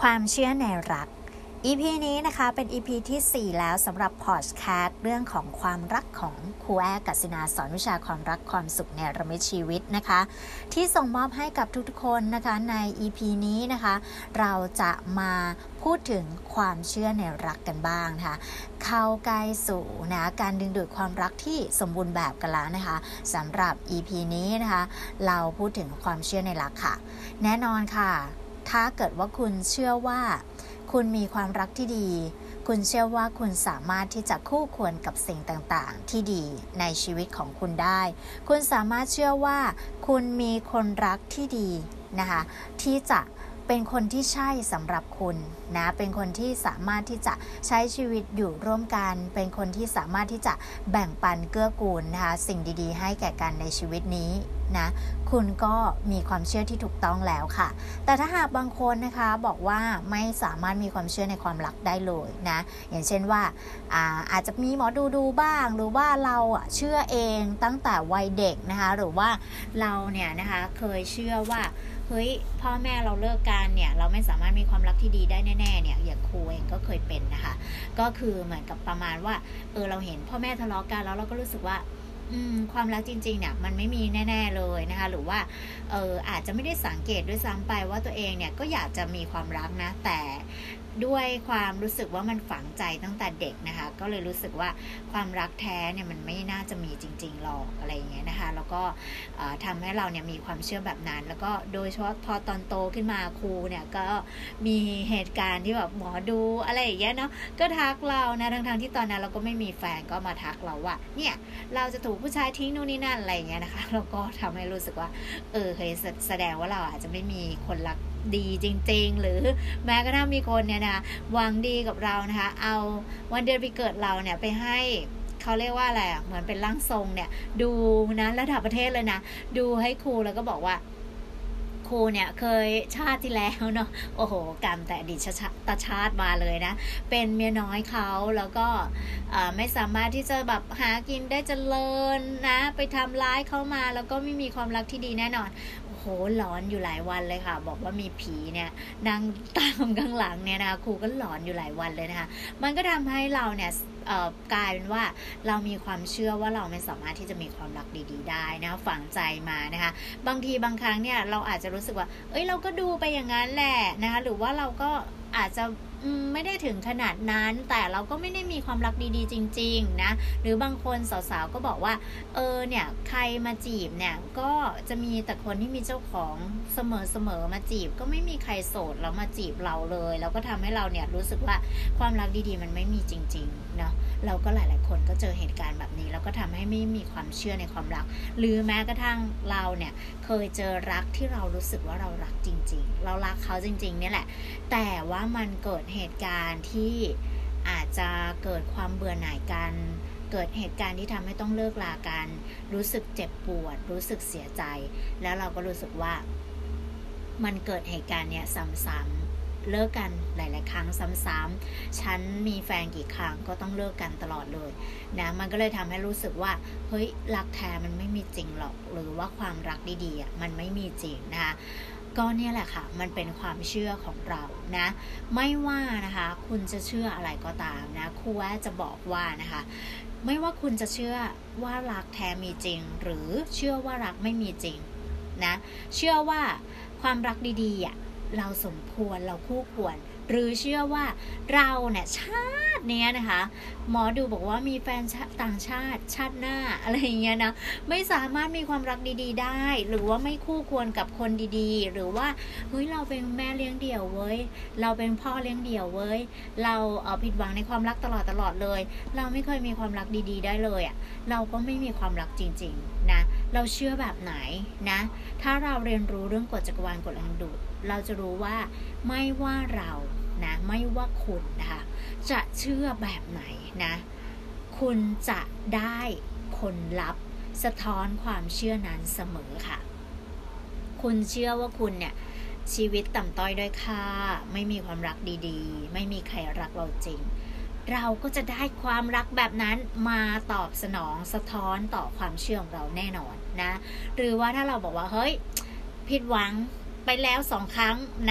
ความเชื่อในรัก EP นี้นะคะเป็น EP ที่ 4 แล้วสำหรับพอดแคสต์เรื่องของความรักของครูแอ้กัสสินาสอนวิชาความรักความสุขเนรมิตชีวิตนะคะที่ส่งมอบให้กับทุกๆคนนะคะใน EP นี้นะคะเราจะมาพูดถึงความเชื่อในรักกันบ้างนะคะเข้าใกล้สู่นะการดึงดูดความรักที่สมบูรณ์แบบกันแล้วนะคะสำหรับ EP นี้นะคะเราพูดถึงความเชื่อในรักค่ะแน่นอนค่ะถ้าเกิดว่าคุณเชื่อว่าคุณมีความรักที่ดีคุณเชื่อว่าคุณสามารถที่จะคู่ควรกับสิ่งต่างๆที่ดีในชีวิตของคุณได้คุณสามารถเชื่อว่าคุณมีคนรักที่ดีนะคะที่จะเป็นคนที่ใช่สำหรับคุณนะเป็นคนที่สามารถที่จะใช้ชีวิตอยู่ร่วมกันเป็นคนที่สามารถที่จะแบ่งปันเกื้อกูลนะคะสิ่งดีๆให้แก่กันในชีวิตนี้นะคุณก็มีความเชื่อที่ถูกต้องแล้วค่ะแต่ถ้าหากบางคนนะคะบอกว่าไม่สามารถมีความเชื่อในความรักได้เลยนะอย่างเช่นว่าอาจจะมีหมอดูบ้างหรือว่าเราเชื่อเองตั้งแต่วัยเด็กนะคะหรือว่าเราเนี่ยนะคะเคยเชื่อว่าเฮ้ยพ่อแม่เราเลิกกันเนี่ยเราไม่สามารถมีความรักที่ดีได้แน่ๆเนี่ยอย่างครูเองก็เคยเป็นนะคะก็คือเหมือนกับประมาณว่าเราเห็นพ่อแม่ทะเลาะกันแล้วเราก็รู้สึกว่าความรักจริงๆเนี่ยมันไม่มีแน่ๆเลยนะคะหรือว่าอาจจะไม่ได้สังเกตด้วยซ้ำไปว่าตัวเองเนี่ยก็อยากจะมีความรักนะแต่ด้วยความรู้สึกว่ามันฝังใจตั้งแต่เด็กนะคะก็เลยรู้สึกว่าความรักแท้เนี่ยมันไม่น่าจะมีจริงๆหรอกอะไรอย่างเงี้ยนะคะแล้วก็ทำให้เราเนี่ยมีความเชื่อแบบนั้นแล้วก็โดยเฉพาะพอตอนโตขึ้นมาครูเนี่ยก็มีเหตุการณ์ที่แบบหมอดูอะไรอย่างเงี้ยเนาะก็ทักเรานะทั้งที่ตอนนั้นเราก็ไม่มีแฟนก็มาทักเราว่าเนี่ยเราจะถูกผู้ชายทิ้งนู่นนี่นั่นอะไรอย่างเงี้ยนะคะแล้วก็ทำให้รู้สึกว่าเฮ้ยแสดงว่าเราอาจจะไม่มีคนรักดีจริงๆหรือแม้กระทั่งมีคนเนี่ยนะหวังดีกับเรานะคะเอาวันเดือนปีเกิดเราเนี่ยไปให้เขาเรียกว่าอะไรเหมือนเป็นร่างทรงเนี่ยดูนะระดับประเทศเลยนะดูให้ครูแล้วก็บอกว่าครูเนี่ยเคยชาติที่แล้วเนาะโอ้โหกรรมแต่อดีตชาติมาเลยนะเป็นเมียน้อยเขาแล้วก็ไม่สามารถที่จะแบบหากินได้เจริญนะไปทำร้ายเขามาแล้วก็ไม่มีความรักที่ดีแน่นอนโหหลอนอยู่หลายวันเลยค่ะบอกว่ามีผีเนี่ยนั่งตามข้างหลังเนี่ยนะคะครูก็หลอนอยู่หลายวันเลยนะคะมันก็ทำให้เราเนี่ยกลายเป็นว่าเรามีความเชื่อว่าเราไม่สามารถที่จะมีความรักดีๆได้นะฝังใจมานะคะบางทีบางครั้งเนี่ยเราอาจจะรู้สึกว่าเราก็ดูไปอย่างนั้นแหละนะคะหรือว่าเราก็อาจจะไม่ได้ถึงขนาดนั้นแต่เราก็ไม่ได้มีความรักดีๆจริงๆนะหรือบางคนสาวๆก็บอกว่าเนี่ยใครมาจีบเนี่ยก็จะมีแต่คนที่มีเจ้าของเสมอมาจีบก็ไม่มีใครโสดแล้วมาจีบเราเลยแล้วก็ทำให้เราเนี่ยรู้สึกว่าความรักดีๆมันไม่มีจริงๆเนาะเราก็หลายๆคนก็เจอเหตุการณ์แบบนี้แล้วก็ทำให้ไม่มีความเชื่อในความรักหรือแม้กระทั่งเราเนี่ยเคยเจอรักที่เรารู้สึกว่าเรารักจริงๆเรารักเขาจริงๆเนี่ยแหละแต่ว่ามันเกิดเหตุการณ์ที่อาจจะเกิดความเบื่อหน่ายกันเกิดเหตุการณ์ที่ทำให้ต้องเลิกลากันรู้สึกเจ็บปวดรู้สึกเสียใจแล้วเราก็รู้สึกว่ามันเกิดเหตุการณ์เนี้ยซ้ำๆเลิกกันหลายๆครั้งซ้ำๆฉันมีแฟนกี่ครั้งก็ต้องเลิกกันตลอดเลยนะมันก็เลยทำให้รู้สึกว่าเฮ้ยรักแท้มันไม่มีจริงหรอกหรือว่าความรักดีๆมันไม่มีจริงนะคะก็เนี่ยแหละค่ะมันเป็นความเชื่อของเรานะไม่ว่านะคะคุณจะเชื่ออะไรก็ตามนะครูว่าจะบอกว่านะคะไม่ว่าคุณจะเชื่อว่ารักแท้มีจริงหรือเชื่อว่ารักไม่มีจริงนะเชื่อว่าความรักดีๆเราสมควรเราคู่ควรหรือเชื่อว่าเราเนี่ยชาตินี้นะคะหมอดูบอกว่ามีแฟนต่างชาติชาติหน้าอะไรอย่างเงี้ยนะไม่สามารถมีความรักดีๆได้หรือว่าไม่คู่ควรกับคนดีๆหรือว่าเฮ้ยเราเป็นแม่เลี้ยงเดี่ยวเว้ยเราเป็นพ่อเลี้ยงเดี่ยวเว้ยเราผิดหวังในความรักตลอดเลยเราไม่เคยมีความรักดีๆได้เลยเราก็ไม่มีความรักจริงๆนะเราเชื่อแบบไหนนะถ้าเราเรียนรู้เรื่องกฎจักรวาลกฎแรงดึงดูดเราจะรู้ว่าไม่ว่าเรานะไม่ว่าคุณนะคะจะเชื่อแบบไหนนะคุณจะได้ผลลัพธ์สะท้อนความเชื่อนั้นเสมอค่ะคุณเชื่อว่าคุณเนี่ยชีวิตต่ำต้อยด้อยค่าไม่มีความรักดีๆไม่มีใครรักเราจริงเราก็จะได้ความรักแบบนั้นมาตอบสนองสะท้อนต่อความเชื่อของเราแน่นอนนะหรือว่าถ้าเราบอกว่าเฮ้ยผิดหวังไปแล้ว2 ครั้งนะ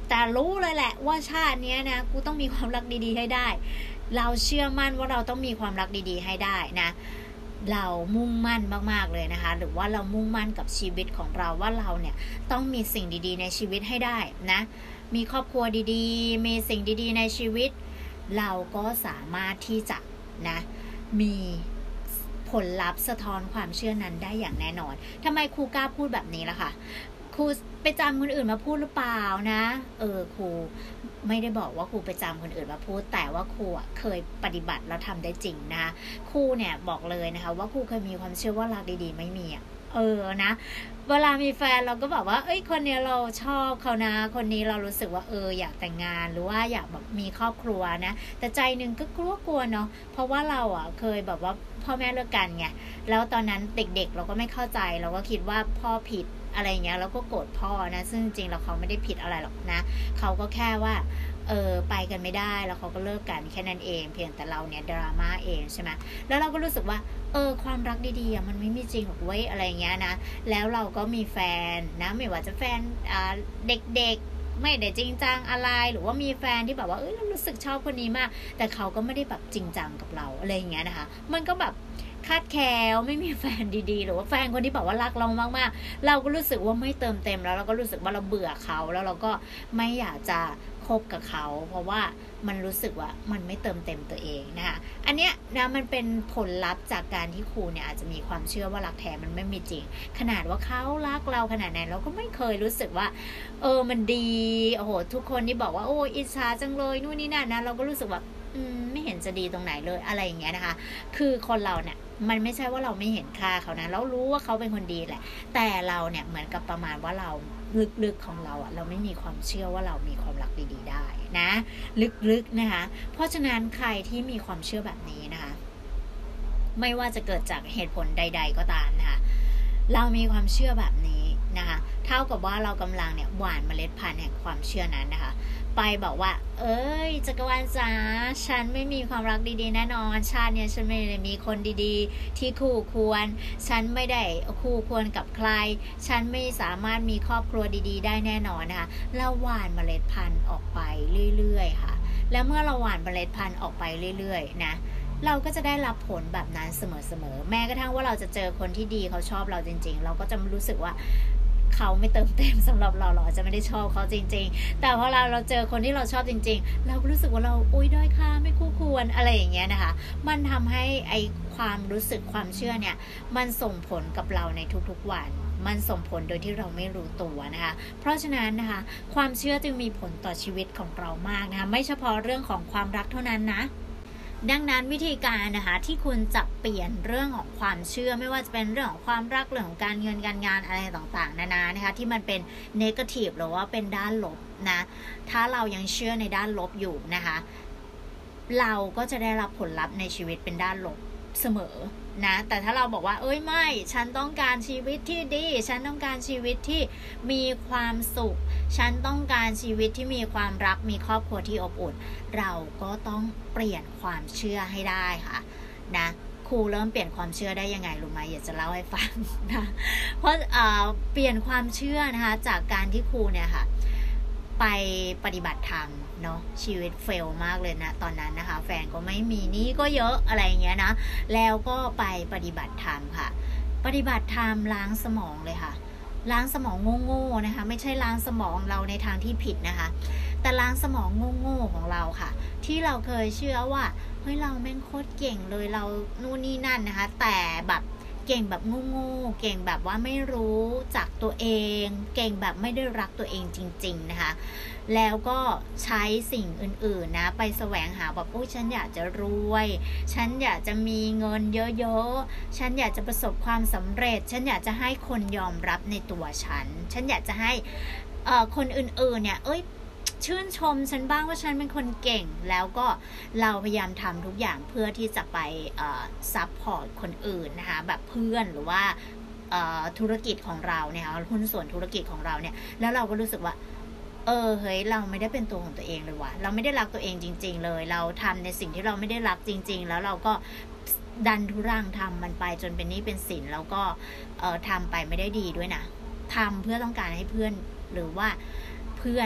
แต่รู้เลยแหละว่าชาตินี้นะกูต้องมีความรักดีๆให้ได้เราเชื่อมั่นว่าเราต้องมีความรักดีๆให้ได้นะเรามุ่งมั่นมากๆเลยนะคะหรือว่าเรามุ่งมั่นกับชีวิตของเราว่าเราเนี่ยต้องมีสิ่งดีๆในชีวิตให้ได้นะมีครอบครัวดีๆมีสิ่งดีๆในชีวิตเราก็สามารถที่จะนะมีผลลัพธ์สะท้อนความเชื่อนั้นได้อย่างแน่นอนทำไมครูกล้าพูดแบบนี้ล่ะคะครูไปจำคนอื่นมาพูดหรือเปล่านะครูไม่ได้บอกว่าครูไปจำคนอื่นมาพูดแต่ว่าครูเคยปฏิบัติแล้วทำได้จริงนะคะครูเนี่ยบอกเลยนะคะว่าครูเคยมีความเชื่อว่ารักดีๆไม่มีนะเวลามีแฟนเราก็แบบว่าคนนี้เราชอบเขานะคนนี้เรารู้สึกว่าอยากแต่งงานหรือว่าอยากแบบมีครอบครัวนะแต่ใจนึงก็กลัวเนาะเพราะว่าเราเคยแบบว่าพ่อแม่เลิกกันไงแล้วตอนนั้นเด็กๆเราก็ไม่เข้าใจเราก็คิดว่าพ่อผิดอะไรเงี้ยแล้วก็โกรธพ่อนะซึ่งจริงๆแล้วเขาไม่ได้ผิดอะไรหรอกนะเขาก็แค่ว่าไปกันไม่ได้แล้วเขาก็เลิกกันแค่นั้นเองเพียงแต่เราเนี่ยดราม่าเองใช่ไหมแล้วเราก็รู้สึกว่าความรักดีๆมันไม่มีจริงหรอกเว้ยอะไรเงี้ยนะแล้วเราก็มีแฟนนะไม่ว่าจะแฟนเด็กๆไม่ได้จริงจังอะไรหรือว่ามีแฟนที่แบบว่าเรารู้สึกชอบคนนี้มากแต่เขาก็ไม่ได้แบบจริงจังกับเราอะไรอย่างเงี้ยนะคะมันก็แบบคาดแคลไม่มีแฟนดีๆหรือว่าแฟนคนที่บอกว่ารักเรามากๆเราก็รู้สึกว่าไม่เติมเต็มแล้วเราก็รู้สึกว่าเราเบื่อเขาแล้วเราก็ไม่อยากจะคบกับเขาเพราะว่ามันรู้สึกว่ามันไม่เติมเต็มตัวเองนะคะอันเนี้ยนะมันเป็นผลลัพธ์จากการที่ครูเนี่ยอาจจะมีความเชื่อว่ารักแท้มันไม่มีจริงขนาดว่าเขารักเราขนาดไหนเราก็ไม่เคยรู้สึกว่ามันดีโอ้โหทุกคนที่บอกว่าโอ้อิจฉาจังเลยนู่นนี่นั่นนะเราก็รู้สึกว่าไม่เห็นจะดีตรงไหนเลยอะไรอย่างเงี้ยนะคะคือคนเราเนี่ยมันไม่ใช่ว่าเราไม่เห็นค่าเขานะเรารู้ว่าเขาเป็นคนดีแหละแต่เราเนี่ยเหมือนกับประมาณว่าเราลึกๆของเราเราไม่มีความเชื่อว่าเรามีความรักดีๆได้นะลึกๆนะคะเพราะฉะนั้นใครที่มีความเชื่อแบบนี้นะคะไม่ว่าจะเกิดจากเหตุผลใดๆก็ตามนะคะเรามีความเชื่อแบบนี้นะคะเท่ากับว่าเรากำลังเนี่ยหว่านเมล็ดพันธุ์แห่งความเชื่อนั้นนะคะไปบอกว่าจักรวาลจ๋าฉันไม่มีความรักดีๆแน่นอนชาติเนี่ยฉันไม่ได้มีคนดีๆที่คู่ควรฉันไม่ได้คู่ควรกับใครฉันไม่สามารถมีครอบครัวดีๆได้แน่นอนนะคะเราหว่านเมล็ดพันธุ์ออกไปเรื่อยๆค่ะแล้วเมื่อเราหว่านเมล็ดพันธุ์ออกไปเรื่อยๆนะเราก็จะได้รับผลแบบนั้นเสมอๆแม้กระทั่งว่าเราจะเจอคนที่ดีเขาชอบเราจริงๆเราก็จะรู้สึกว่าเขาไม่เติมเต็มสำหรับเราหรอจะไม่ได้ชอบเขาจริงๆแต่พอเราเจอคนที่เราชอบจริงๆเราก็รู้สึกว่าเราด้อยค่าไม่คู่ควรอะไรอย่างเงี้ยนะคะมันทำให้ความรู้สึกความเชื่อเนี่ยมันส่งผลกับเราในทุกๆวันมันส่งผลโดยที่เราไม่รู้ตัวนะคะเพราะฉะนั้นนะคะความเชื่อจึงมีผลต่อชีวิตของเรามากนะคะไม่เฉพาะเรื่องของความรักเท่านั้นนะดังนั้นวิธีการนะคะที่คุณจะเปลี่ยนเรื่องของความเชื่อไม่ว่าจะเป็นเรื่องของความรักเรื่องของการเงินการงานอะไรต่างๆนานานะคะที่มันเป็นเนกาทีฟหรือว่าเป็นด้านลบนะถ้าเรายังเชื่อในด้านลบอยู่นะคะเราก็จะได้รับผลลัพธ์ในชีวิตเป็นด้านลบเสมอนะแต่ถ้าเราบอกว่าไม่ฉันต้องการชีวิตที่ดีฉันต้องการชีวิตที่มีความสุขฉันต้องการชีวิตที่มีความรักมีครอบครัวที่อบอุ่นเราก็ต้องเปลี่ยนความเชื่อให้ได้ค่ะนะครูเริ่มเปลี่ยนความเชื่อได้ยังไงรู้ไหมอยากจะเล่าให้ฟังนะเพราะเปลี่ยนความเชื่อนะคะจากการที่ครูเนี่ยค่ะไปปฏิบัติธรรมเนาะชีวิตเฟลมากเลยนะตอนนั้นนะคะแฟนก็ไม่มีนี่ก็เยอะอะไรเงี้ยนะแล้วก็ไปปฏิบัติธรรมค่ะปฏิบัติธรรมล้างสมองเลยค่ะล้างสมองโง่ๆนะคะไม่ใช่ล้างสมองเราในทางที่ผิดนะคะแต่ล้างสมองโง่ๆของเราค่ะที่เราเคยเชื่อว่าเฮ้ยเราแม่งโคตรเก่งเลยเรานู่นนี่นั่นนะคะแต่แบบเก่งแบบโง่ๆเก่งแบบว่าไม่รู้จักตัวเองเก่งแบบไม่ได้รักตัวเองจริงๆนะคะแล้วก็ใช้สิ่งอื่นๆนะไปแสวงหาแบบฉันอยากจะรวยฉันอยากจะมีเงินเยอะๆฉันอยากจะประสบความสำเร็จฉันอยากจะให้คนยอมรับในตัวฉันอยากจะให้คนอื่นๆเนี่ยชื่นชมฉันบ้างว่าฉันเป็นคนเก่งแล้วก็เราพยายามทำทุกอย่างเพื่อที่จะไปซัพพอร์ตคนอื่นนะคะแบบเพื่อนหรือว่าธุรกิจของเราเนี่ยหุ้นส่วนธุรกิจของเราเนี่ยแล้วเราก็รู้สึกว่าเฮ้ยเราไม่ได้เป็นตัวของตัวเองเลยว่ะเราไม่ได้รักตัวเองจริงๆเลยเราทำในสิ่งที่เราไม่ได้รักจริงๆแล้วเราก็ดันทุรังทำมันไปจนเป็นหนี้เป็นสินแล้วก็ทำไปไม่ได้ดีด้วยนะทำเพื่อต้องการให้เพื่อนหรือว่าเพื่อน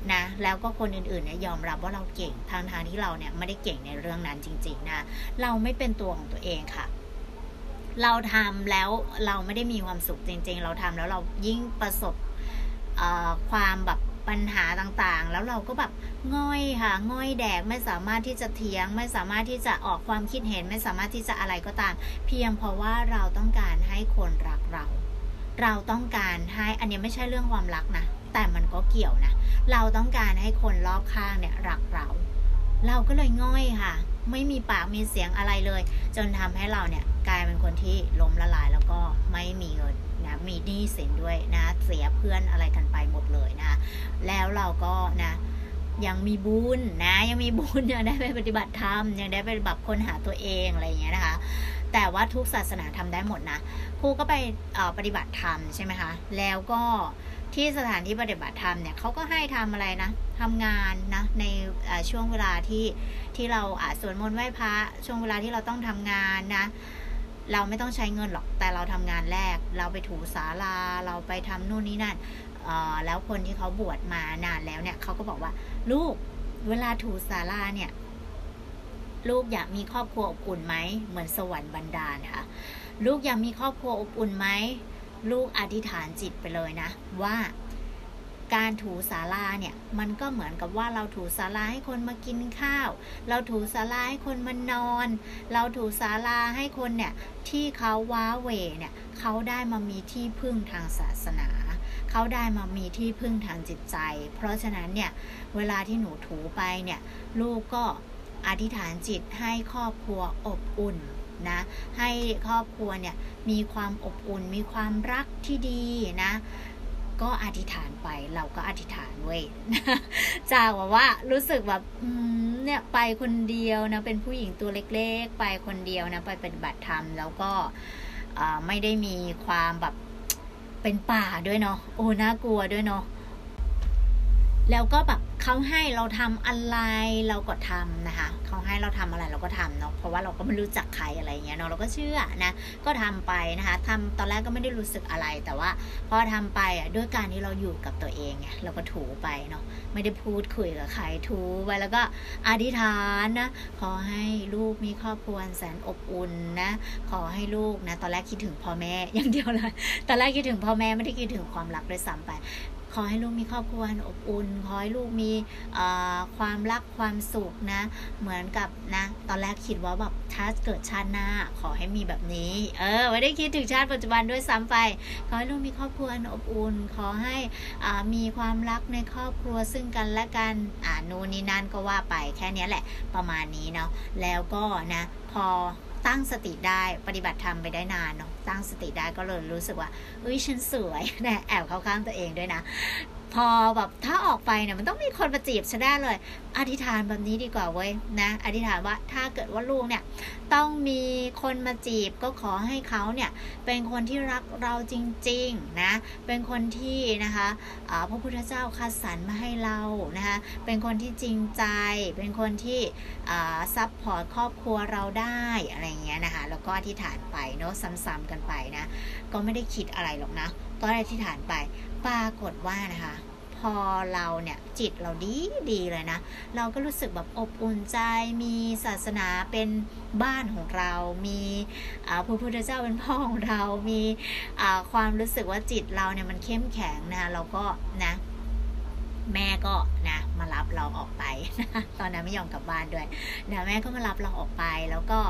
นะแล้วก็คนอื่นๆเนี่ยยอมรับว่าเราเก่งทางที่เราเนี่ยไม่ได้เก่งในเรื่องนั้นจริงๆนะเราไม่เป็นตัวของตัวเองค่ะเราทำแล้วเราไม่ได้มีความสุขจริงๆเราทำแล้วเรายิ่งประสบความแบบปัญหาต่างๆแล้วเราก็แบบง่อยค่ะง่อยแดกไม่สามารถที่จะเถียงไม่สามารถที่จะออกความคิดเห็นไม่สามารถที่จะอะไรก็ตามเพียงเพราะว่าเราต้องการให้คนรักเราต้องการให้อันนี้ไม่ใช่เรื่องความรักนะแต่มันก็เกี่ยวนะเราต้องการให้คนรอบข้างเนี่ยรักเราก็เลยง่อยค่ะไม่มีปากมีเสียงอะไรเลยจนทำให้เราเนี่ยกลายเป็นคนที่ล้มละลายแล้วก็ไม่มีเงินนะมีหนี้สินด้วยนะเสียเพื่อนอะไรกันไปหมดเลยนะแล้วเราก็นะยังมีบุญนะยังมีบุญยังได้ไปปฏิบัติธรรมยังได้ไปแบบค้นหาตัวเองอะไรอย่างเงี้ยนะคะแต่ว่าทุกศาสนาทำได้หมดนะครูก็ไปปฏิบัติธรรมใช่ไหมคะแล้วก็ที่สถานที่ปฏิบัติธรรมเนี่ยเขาก็ให้ทำอะไรนะทำงานนะในช่วงเวลาที่เราสวดมนต์ไหว้พระช่วงเวลาที่เราต้องทำงานนะเราไม่ต้องใช้เงินหรอกแต่เราทำงานแรกเราไปถูศาลาเราไปทำนู่นนี่นั่นแล้วคนที่เขาบวชมานานแล้วเนี่ยเขาก็บอกว่าลูกเวลาถูศาลาเนี่ยลูกอยากมีครอบครัวอบอุ่นไหมเหมือนสวรรค์บันดาลค่ะลูกอยากมีครอบครัวอบอุ่นไหมลูกอธิษฐานจิตไปเลยนะว่าการถูศาลาเนี่ยมันก็เหมือนกับว่าเราถูศาลาให้คนมากินข้าวเราถูศาลาให้คนมานอนเราถูศาลาให้คนเนี่ยที่เขาว้าเหวเนี่ยเขาได้มามีที่พึ่งทางศาสนาเขาได้มามีที่พึ่งทางจิตใจเพราะฉะนั้นเนี่ยเวลาที่หนูถูไปเนี่ยลูกก็อธิษฐานจิตให้ครอบครัวอบอุ่นนะให้ครอบครัวเนี่ยมีความอบอุ่นมีความรักที่ดีนะก็อธิษฐานไปเราก็อธิษฐานเว้ยจากว่ารู้สึกแบบเนี่ยไปคนเดียวนะเป็นผู้หญิงตัวเล็กๆไปคนเดียวนะไปปฏิบัติธรรมแล้วก็ไม่ได้มีความแบบเป็นป่าด้วยเนาะโอ้น่ากลัวด้วยเนาะแล้วก็แบบเขาให้เราทำอะไรเราก็ทำนะคะเขาให้เราทำอะไรเราก็ทำเนาะเพราะว่าเราก็ไม่รู้จักใครอะไรเงี้ยเนาะเราก็เชื่อนะก็ทำไปนะคะทำตอนแรกก็ไม่ได้รู้สึกอะไรแต่ว่าพอทำไปด้วยการที่เราอยู่กับตัวเองไงเราก็ถูไปเนาะไม่ได้พูดคุยกับใครถูไปแล้วก็อธิษฐานนะขอให้ลูกมีครอบครัวแสนอบอุ่นนะขอให้ลูกนะตอนแรกคิดถึงพ่อแม่อย่างเดียวเลยตอนแรกคิดถึงพ่อแม่ไม่ได้คิดถึงความรักด้วยซ้ำไปขอให้ลูกมีครอบครัวอบอุ่นขอให้ลูกมีความรักความสุขนะเหมือนกับนะตอนแรกคิดว่าแบบถ้าเกิดชาติหน้าขอให้มีแบบนี้ไม่ได้คิดถึงชาติปัจจุบันด้วยซ้ำไปขอให้ลูกมีครอบครัวอบอุ่นขอให้มีความรักในครอบครัวซึ่งกันและกันนู่นนี่นั่นก็ว่าไปแค่นี้แหละประมาณนี้เนาะแล้วก็นะพอตั้งสติได้ปฏิบัติธรรมไปได้นานเนาะตั้งสติได้ก็เลยรู้สึกว่าฉันสวยนะแอบเข้าข้างตัวเองด้วยนะพอแบบถ้าออกไปเนี่ยมันต้องมีคนมาจีบฉันได้เลยอธิษฐานแบบนี้ดีกว่าเว้ยนะอธิษฐานว่าถ้าเกิดว่าลูกเนี่ยต้องมีคนมาจีบก็ขอให้เขาเนี่ยเป็นคนที่รักเราจริงๆนะเป็นคนที่นะคะพระพุทธเจ้าคัดสรรมาให้เรานะคะเป็นคนที่จริงใจเป็นคนที่ซัพพอร์ตครอบครัวเราได้อะไรเงี้ยนะคะแล้วก็อธิษฐานไปเนาะซ้ำๆกันไปนะก็ไม่ได้คิดอะไรหรอกนะก็อธิษฐานไปปรากฏว่านะคะพอเราเนี่ยจิตเราดีเลยนะเราก็รู้สึกแบบอบอุ่นใจมีศาสนาเป็นบ้านของเรามีพระพุทธเจ้าเป็นพ่อของเรามีความรู้สึกว่าจิตเราเนี่ยมันเข้มแข็งนะเราก็นะแม่ก็นะมารับเราออกไปนะตอนนั้นไม่ยอมกลับบ้านด้วยนะแม่ก็มารับเราออกไปแล้วก็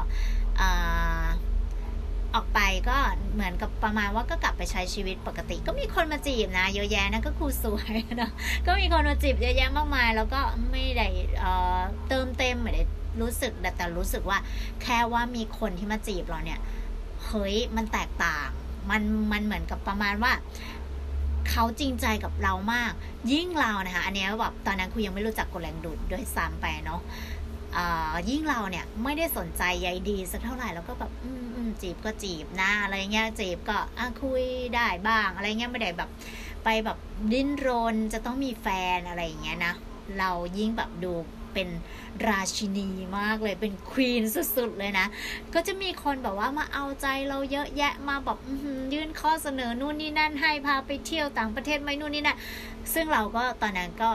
ออกไปก็เหมือนกับประมาณว่าก็กลับไปใช้ชีวิตปกติก็มีคนมาจีบนะเยอะแยะนะก็ครูสวยนะก็มีคนมาจีบเยอะแยะมากมายแล้วก็ไม่ได้เติมเต็มไม่ได้รู้สึกแต่รู้สึกว่าแค่ว่ามีคนที่มาจีบเราเนี่ยเฮ้ยมันแตกต่างมันเหมือนกับประมาณว่าเขาจริงใจกับเรามากยิ่งเรานะคะอันนี้แบบตอนนั้นครูยังไม่รู้จักกฎแรงดูดด้วยซ้ำไปเนาะยิ่งเราเนี่ยไม่ได้สนใจใยดีสักเท่าไหร่แล้วก็แบบจีบก็จีบนะอะไรเงี้ยจีบก็คุยได้บ้างอะไรเงี้ยไม่ได้แบบไปแบบดิ้นรนจะต้องมีแฟนอะไรอย่างเงี้ยนะเรายิ่งแบบดูเป็นราชินีมากเลยเป็นควีนสุดๆเลยนะก็จะมีคนแบบว่ามาเอาใจเราเยอะแยะมาแบบยื่นข้อเสนอนู่นนี่นั่นให้พาไปเที่ยวต่างประเทศไหมนู่นนี่นั่นซึ่งเราก็ตอนนั้นก็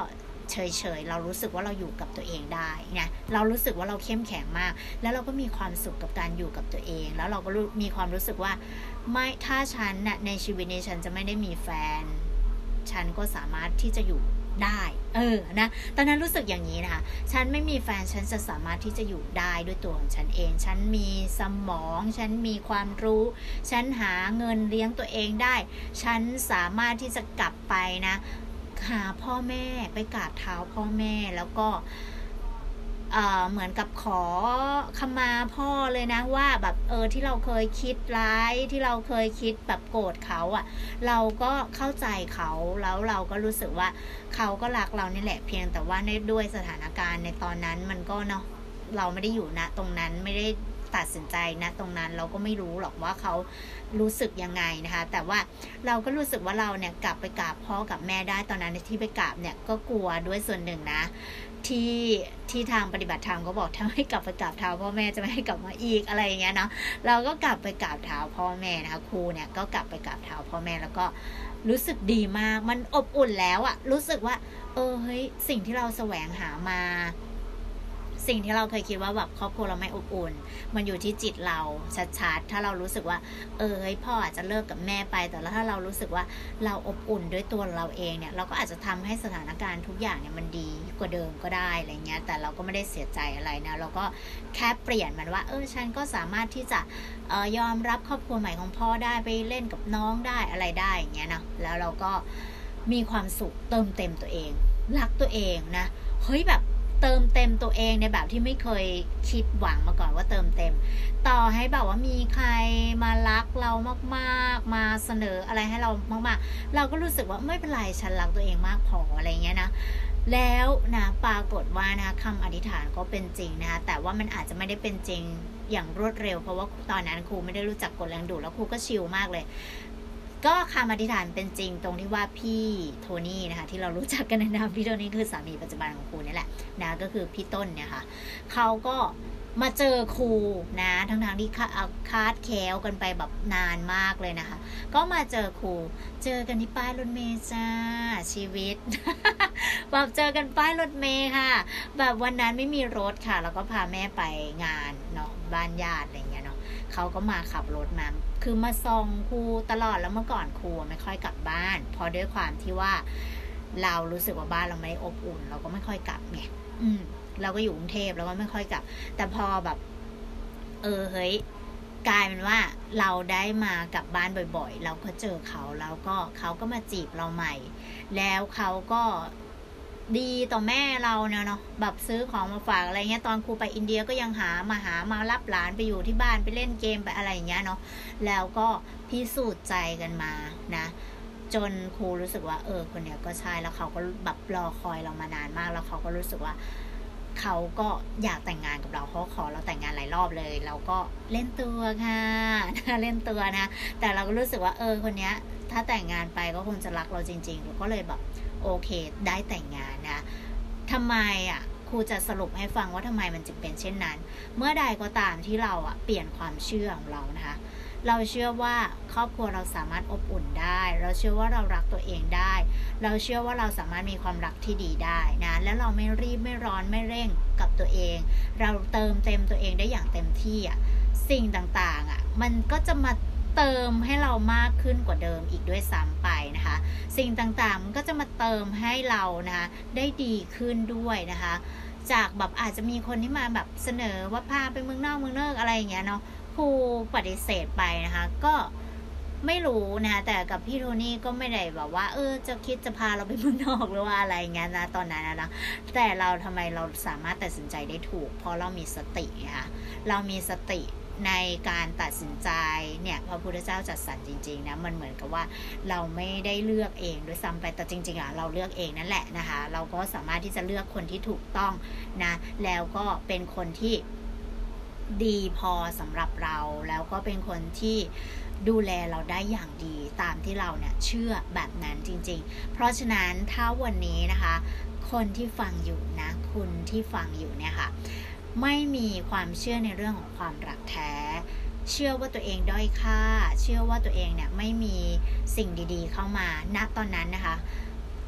เฉยๆเรารู้สึกว่าเราอยู่กับตัวเองได้นะเรารู้สึกว่าเราเข้มแข็งมากแล้วเราก็มีความสุขกับการอยู่กับตัวเองแล้วเราก็มีความรู้สึกว่าไม่ถ้าฉันน่ะในชีวิตนี้ฉันจะไม่ได้มีแฟนฉันก็สามารถที่จะอยู่ได้นะตอนนั้นรู้สึกอย่างนี้นะคะฉันไม่มีแฟนฉันจะสามารถที่จะอยู่ได้ด้วยตัวของฉันเองฉันมีสมองฉันมีความรู้ฉันหาเงินเลี้ยงตัวเองได้ฉันสามารถที่จะกลับไปนะหาพ่อแม่ไปกราบเท้าพ่อแม่แล้วก็เหมือนกับขอขมาพ่อเลยนะว่าแบบที่เราเคยคิดร้ายที่เราเคยคิดแบบโกรธเขาเราก็เข้าใจเขาแล้วเราก็รู้สึกว่าเขาก็รักเรานี่แหละเพียงแต่ว่าด้วยสถานการณ์ในตอนนั้นมันก็เนาะเราไม่ได้อยู่ณตรงนั้นไม่ได้ตัดสินใจณตรงนั้นเราก็ไม่รู้หรอกว่าเขารู้สึกยังไงนะคะแต่ว่าเราก็รู้สึกว่าเราเนี่ยกลับไปกราบพ่อกับแม่ได้ตอนนั้นที่ไปกราบเนี่ยก็กลัวด้วยส่วนหนึ่งนะที่ทางปฏิบัติธรรมก็บอกถ้าไม่กลับไปกราบเท้าพ่อแม่จะไม่ให้กลับมาอีกอะไรอย่างเงี้ยเนาะเราก็กลับไปกราบเท้าพ่อแม่นะคะครูเนี่ยก็กลับไปกราบเท้าพ่อแม่แล้วก็รู้สึกดีมากมันอบอุ่นแล้วรู้สึกว่าเฮ้ยสิ่งที่เราแสวงหามาสิ่งที่เราเคยคิดว่าแบบครอบครัวเราไม่อบอุ่นมันอยู่ที่จิตเราชัดๆถ้าเรารู้สึกว่าเฮ้ยพ่ออาจจะเลิกกับแม่ไปแต่ถ้าเรารู้สึกว่าเราอบอุ่นด้วยตัวเราเองเนี่ยเราก็อาจจะทำให้สถานการณ์ทุกอย่างเนี่ยมันดีกว่าเดิมก็ได้อะไรเงี้ยแต่เราก็ไม่ได้เสียใจอะไรนะเราก็แค่เปลี่ยนมันว่าฉันก็สามารถที่จะยอมรับครอบครัวใหม่ของพ่อได้ไปเล่นกับน้องได้อะไรได้อย่างเงี้ยนะแล้วเราก็มีความสุขเติมเต็มตัวเองรักตัวเองนะเฮ้ยแบบเติมเต็มตัวเองในแบบที่ไม่เคยคิดหวังมาก่อนว่าเติมเต็มต่อให้แบบว่ามีใครมารักเรามากๆมาเสนออะไรให้เรามากๆเราก็รู้สึกว่าไม่เป็นไรฉันรักตัวเองมากพออะไรเงี้ยนะแล้วนะปรากฏว่านะคำอธิษฐานก็เป็นจริงนะคะแต่ว่ามันอาจจะไม่ได้เป็นจริงอย่างรวดเร็วเพราะว่าตอนนั้นครูไม่ได้รู้จักกฎแรงดูดแล้วครูก็ชิลมากเลยก็คำอธิษฐานเป็นจริงตรงที่ว่าพี่โทนี่นะคะที่เรารู้จักกันในนามพี่โทนี่คือสามีปัจจุบันของครูนี่แหละนะก็คือพี่ต้นเนี่ยค่ะเขาก็มาเจอครูนะทั้งที่คาดแคลกันไปแบบนานมากเลยนะคะก็มาเจอครูเจอกันที่ป้ายรถเมล์จ้าชีวิต แบบเจอกันป้ายรถเมล์ค่ะแบบวันนั้นไม่มีรถค่ะแล้วก็พาแม่ไปงานเนาะบ้านญาติอะไรเงี้ยเนาะเขาก็มาขับรถมาคือมาส่งครูตลอดแล้วเมื่อก่อนครูไม่ค่อยกลับบ้านเพราะด้วยความที่ว่าเรารู้สึกว่าบ้านเราไม่อบอุ่นเราก็ไม่ค่อยกลับไงเราก็อยู่กรุงเทพแล้วก็ไม่ค่อยกลับแต่พอแบบเฮ้ยกลายเป็นว่าเราได้มากลับบ้านบ่อยๆเราก็เจอเขาแล้วก็เขาก็มาจีบเราใหม่แล้วเขาก็ดีต่อแม่เราเนาะแบบซื้อของมาฝากอะไรเงี้ยตอนครูไปอินเดียก็ยังมารับหลานไปอยู่ที่บ้านไปเล่นเกมไปอะไรอย่างเงี้ยเนาะแล้วก็พิสูจน์ใจกันมานะจนครูรู้สึกว่าคนเนี้ยก็ใช่แล้วเขาก็แบบรอคอยเรามานานมากแล้วเขาก็รู้สึกว่าเขาก็อยากแต่งงานกับเราเขาขอเราแต่งงานหลายรอบเลยเราก็เล่นตัวค่ะ เล่นตัวนะแต่เราก็รู้สึกว่าคนเนี้ยถ้าแต่งงานไปก็คงจะรักเราจริงๆเราก็เลยแบบโอเคได้แต่งงานนะทำไมครูจะสรุปให้ฟังว่าทำไมมันจึงเป็นเช่นนั้นเมื่อใดก็ตามที่เราเปลี่ยนความเชื่อของเรานะคะเราเชื่อว่าครอบครัวเราสามารถอบอุ่นได้เราเชื่อว่าเรารักตัวเองได้เราเชื่อว่าเราสามารถมีความรักที่ดีได้นะแล้วเราไม่รีบไม่ร้อนไม่เร่งกับตัวเองเราเติมเต็มตัวเองได้อย่างเต็มที่สิ่งต่างๆมันก็จะมาเติมให้เรามากขึ้นกว่าเดิมอีกด้วยซ้ำไปนะคะสิ่งต่างๆมันก็จะมาเติมให้เรานะคะได้ดีขึ้นด้วยนะคะจากแบบอาจจะมีคนที่มาแบบเสนอว่าพาไปเมืองนอกอะไรอย่างเงี้ยเนาะครูปฏิเสธไปนะคะก็ไม่รู้นะคะแต่กับพี่โทนี่ก็ไม่ได้แบบว่าจะคิดจะพาเราไปเมืองนอกหรือว่าอะไรอย่างเงี้ยนะตอนนั้นนะแต่เราทำไมเราสามารถตัดสินใจได้ถูกเพราะเรามีสติค่ะเรามีสติในการตัดสินใจเนี่ยพระพุทธเจ้าจัดสรรจริงๆนะมันเหมือนกับว่าเราไม่ได้เลือกเองด้วยซ้ำไปแต่จริงๆเราเลือกเองนั่นแหละนะคะเราก็สามารถที่จะเลือกคนที่ถูกต้องนะแล้วก็เป็นคนที่ดีพอสำหรับเราแล้วก็เป็นคนที่ดูแลเราได้อย่างดีตามที่เราเนี่ยเชื่อแบบนั้นจริงๆเพราะฉะนั้นถ้าวันนี้นะคะคนที่ฟังอยู่นะคุณที่ฟังอยู่เนี่ยค่ะไม่มีความเชื่อในเรื่องของความรักแท้เชื่อว่าตัวเองด้อยค่าเชื่อว่าตัวเองเนี่ยไม่มีสิ่งดีๆเข้ามาณตอนนั้นนะคะ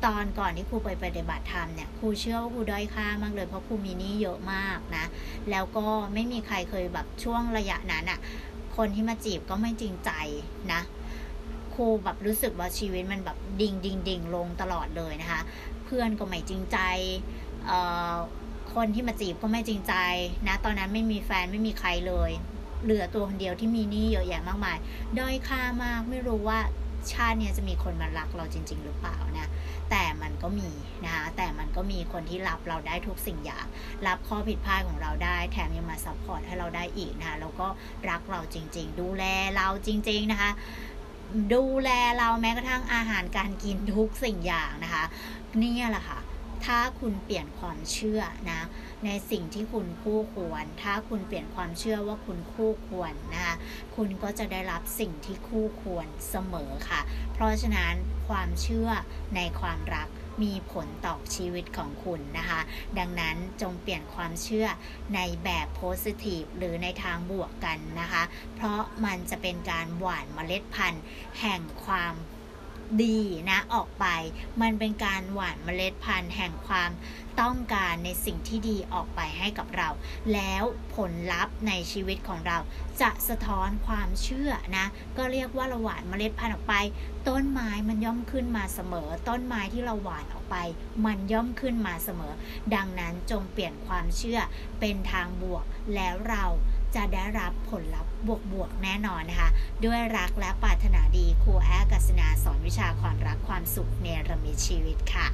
ตอนก่อนที่ครูไปปฏิบัติธรรมเนี่ยครูเชื่อว่าครูด้อยค่ามากเลยเพราะครูมีหนี้เยอะมากนะแล้วก็ไม่มีใครเคยแบบช่วงระยะนั้นอ่ะคนที่มาจีบก็ไม่จริงใจนะครูแบบรู้สึกว่าชีวิตมันแบบดิ่งลงตลอดเลยนะคะเพื่อนก็ไม่จริงใจคนที่มาจีบก็ไม่จริงใจนะตอนนั้นไม่มีแฟนไม่มีใครเลยเหลือตัวคนเดียวที่มีหนี้เยอะแยะมากมายด้อยค่ามากไม่รู้ว่าชาตินี้จะมีคนมารักเราจริงๆหรือเปล่านะแต่มันก็มีนะคะแต่มันก็มีคนที่รับเราได้ทุกสิ่งอย่างรับข้อผิดพลาดของเราได้แถมยังมาซัพพอร์ตให้เราได้อีกนะคะแล้วก็รักเราจริงๆดูแลเราจริงๆนะคะดูแลเราแม้กระทั่งอาหารการกินทุกสิ่งอย่างนะคะนี่แหละค่ะถ้าคุณเปลี่ยนความเชื่อนะในสิ่งที่คุณคู่ควรถ้าคุณเปลี่ยนความเชื่อว่าคุณคู่ควรนะคะคุณก็จะได้รับสิ่งที่คู่ควรเสมอค่ะเพราะฉะนั้นความเชื่อในความรักมีผลต่อชีวิตของคุณนะคะดังนั้นจงเปลี่ยนความเชื่อในแบบโพสิทีฟหรือในทางบวกกันนะคะเพราะมันจะเป็นการหว่านเมล็ดพันธุ์แห่งความดีนะออกไปมันเป็นการหว่านเมล็ดพันธุ์แห่งความต้องการในสิ่งที่ดีออกไปให้กับเราแล้วผลลัพธ์ในชีวิตของเราจะสะท้อนความเชื่อนะก็เรียกว่าเราหว่านเมล็ดพันธุ์ออกไปต้นไม้มันย่อมขึ้นมาเสมอต้นไม้ที่เราหว่านออกไปมันย่อมขึ้นมาเสมอดังนั้นจงเปลี่ยนความเชื่อเป็นทางบวกแล้วเราจะได้รับผลลัพธ์บวกแน่นอนนะคะด้วยรักและปรารถนาดีครูแอร์กัสนาสอนวิชาความรักความสุขเนรมิตชีวิตค่ะ